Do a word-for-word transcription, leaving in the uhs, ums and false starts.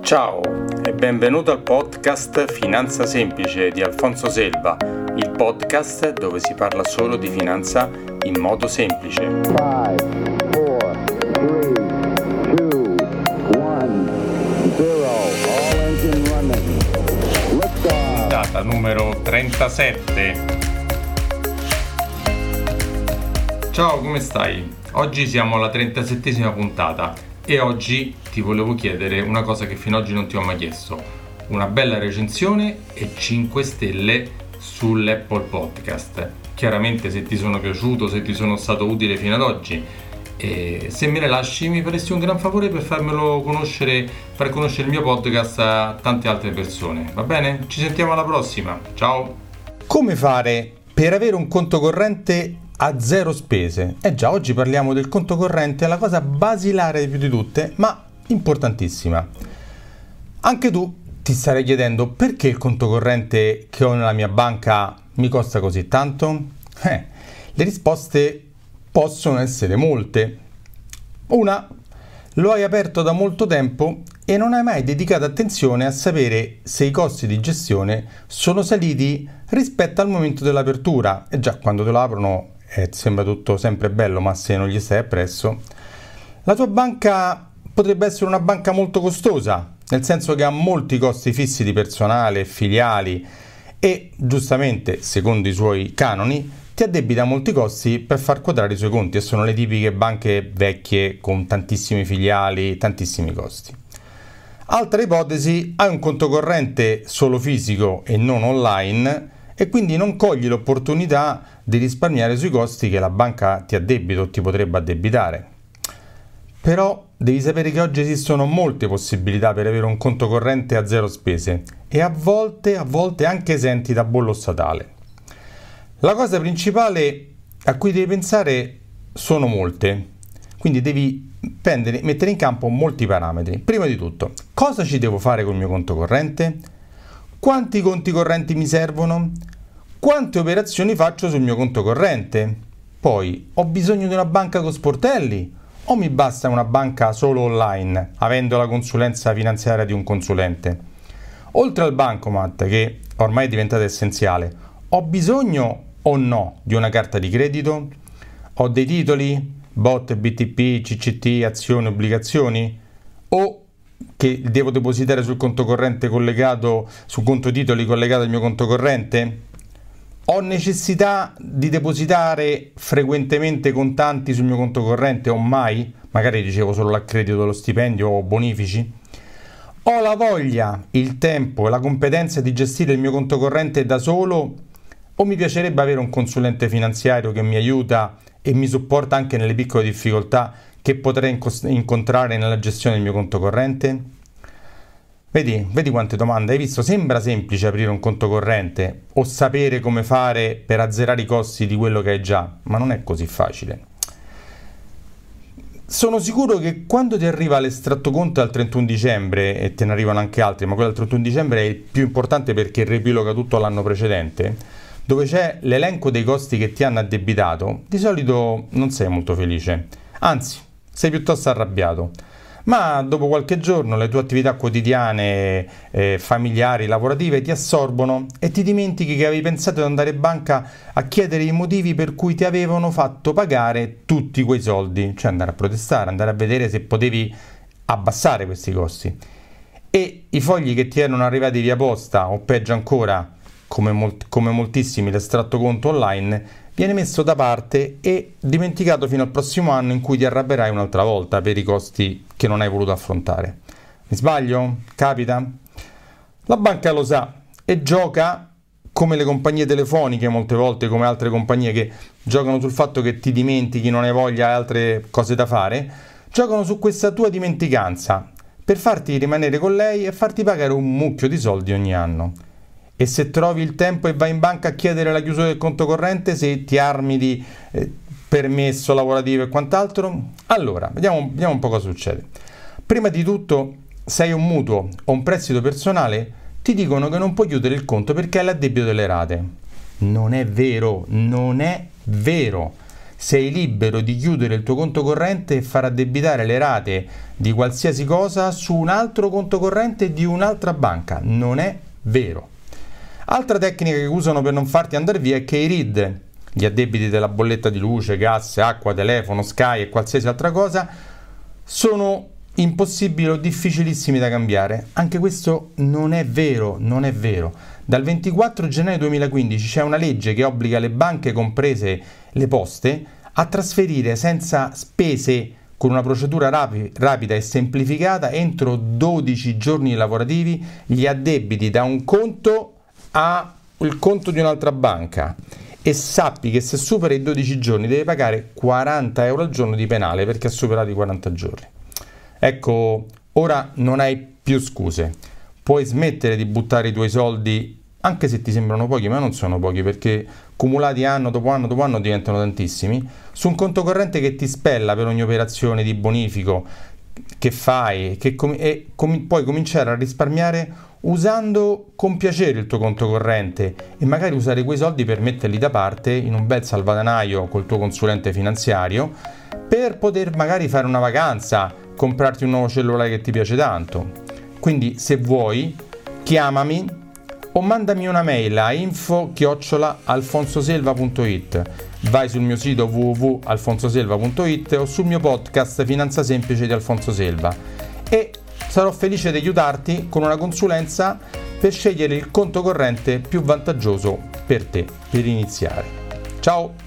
Ciao e benvenuto al podcast Finanza Semplice di Alfonso Selva, il podcast dove si parla solo di finanza in modo semplice. five, four, three, two, one, zero. All engine running. Lift off. Puntata numero trentasette. Ciao, come stai? Oggi siamo alla trentasettesima puntata e oggi ti volevo chiedere una cosa che fino ad oggi non ti ho mai chiesto: una bella recensione e cinque stelle sull'Apple Podcast. Chiaramente se ti sono piaciuto, se ti sono stato utile fino ad oggi, e se me le lasci mi faresti un gran favore per farmelo conoscere, far conoscere il mio podcast a tante altre persone, va bene? Ci sentiamo alla prossima, ciao! Come fare per avere un conto corrente a zero spese? Eh già, oggi parliamo del conto corrente, la cosa basilare più di tutte, ma importantissima. Anche tu ti starai chiedendo: perché il conto corrente che ho nella mia banca mi costa così tanto? Eh, le risposte possono essere molte. Una: lo hai aperto da molto tempo e non hai mai dedicato attenzione a sapere se i costi di gestione sono saliti rispetto al momento dell'apertura. E già, quando te lo aprono eh, sembra tutto sempre bello, ma se non gli stai appresso, la tua banca potrebbe essere una banca molto costosa, nel senso che ha molti costi fissi di personale, filiali, e giustamente, secondo i suoi canoni, ti addebita molti costi per far quadrare i suoi conti, e sono le tipiche banche vecchie con tantissimi filiali, tantissimi costi. Altra ipotesi: hai un conto corrente solo fisico e non online e quindi non cogli l'opportunità di risparmiare sui costi che la banca ti addebita o ti potrebbe addebitare. Però devi sapere che oggi esistono molte possibilità per avere un conto corrente a zero spese e a volte, a volte anche esenti da bollo statale. La cosa principale a cui devi pensare sono molte, quindi devi prendere, mettere in campo molti parametri. Prima di tutto, cosa ci devo fare col mio conto corrente? Quanti conti correnti mi servono? Quante operazioni faccio sul mio conto corrente? Poi, ho bisogno di una banca con sportelli? O mi basta una banca solo online, avendo la consulenza finanziaria di un consulente? Oltre al bancomat, che ormai è diventato essenziale, ho bisogno o no di una carta di credito? Ho dei titoli, B O T, B T P, C C T, azioni, obbligazioni? O che devo depositare sul conto corrente collegato, sul conto titoli collegato al mio conto corrente? Ho necessità di depositare frequentemente contanti sul mio conto corrente o mai? Magari ricevo solo l'accredito dello stipendio o bonifici? Ho la voglia, il tempo e la competenza di gestire il mio conto corrente da solo? O mi piacerebbe avere un consulente finanziario che mi aiuta e mi supporta anche nelle piccole difficoltà che potrei incontrare nella gestione del mio conto corrente? Vedi, vedi quante domande, hai visto? Sembra semplice aprire un conto corrente o sapere come fare per azzerare i costi di quello che hai già, ma non è così facile. Sono sicuro che quando ti arriva l'estratto conto al trentuno dicembre, e te ne arrivano anche altri, ma quello al trentuno dicembre è il più importante perché riepiloga tutto l'anno precedente, dove c'è l'elenco dei costi che ti hanno addebitato, di solito non sei molto felice, anzi sei piuttosto arrabbiato. Ma dopo qualche giorno le tue attività quotidiane, eh, familiari, lavorative ti assorbono e ti dimentichi che avevi pensato di andare in banca a chiedere i motivi per cui ti avevano fatto pagare tutti quei soldi, cioè andare a protestare, andare a vedere se potevi abbassare questi costi. E i fogli che ti erano arrivati via posta, o peggio ancora, come, molt- come moltissimi l'estratto conto online, viene messo da parte e dimenticato fino al prossimo anno in cui ti arrabbierai un'altra volta per i costi che non hai voluto affrontare. Mi sbaglio? Capita? La banca lo sa e gioca come le compagnie telefoniche, molte volte come altre compagnie che giocano sul fatto che ti dimentichi, non hai voglia, hai altre cose da fare, giocano su questa tua dimenticanza per farti rimanere con lei e farti pagare un mucchio di soldi ogni anno. E se trovi il tempo e vai in banca a chiedere la chiusura del conto corrente, se ti armi di eh, permesso lavorativo e quant'altro, allora vediamo, vediamo un po' cosa succede. Prima di tutto, se hai un mutuo o un prestito personale, ti dicono che non puoi chiudere il conto perché hai l'addebito delle rate. Non è vero, non è vero. sei libero di chiudere il tuo conto corrente e far addebitare le rate di qualsiasi cosa su un altro conto corrente di un'altra banca. Non è vero. Altra tecnica che usano per non farti andare via è che i R I D, gli addebiti della bolletta di luce, gas, acqua, telefono, Sky e qualsiasi altra cosa, sono impossibili o difficilissimi da cambiare. Anche questo non è vero, non è vero. Dal ventiquattro gennaio duemilaquindici c'è una legge che obbliga le banche, comprese le poste, a trasferire senza spese, con una procedura rapi- rapida e semplificata, entro dodici giorni lavorativi, gli addebiti da un conto al conto di un'altra banca. E sappi che se supera i dodici giorni devi pagare quaranta euro al giorno di penale perché ha superato i quaranta giorni. Ecco, ora non hai più scuse. Puoi smettere di buttare i tuoi soldi, anche se ti sembrano pochi, ma non sono pochi, perché cumulati anno dopo anno dopo anno diventano tantissimi, su un conto corrente che ti spella per ogni operazione di bonifico che fai, che com- e com- puoi cominciare a risparmiare usando con piacere il tuo conto corrente e magari usare quei soldi per metterli da parte in un bel salvadanaio col tuo consulente finanziario per poter magari fare una vacanza, comprarti un nuovo cellulare che ti piace tanto. Quindi se vuoi chiamami o mandami una mail a info chiocciola alfonsoselva punto it, vai sul mio sito w w w punto alfonsoselva punto it o sul mio podcast Finanza Semplice di Alfonso Selva e sarò felice di aiutarti con una consulenza per scegliere il conto corrente più vantaggioso per te, per iniziare. Ciao!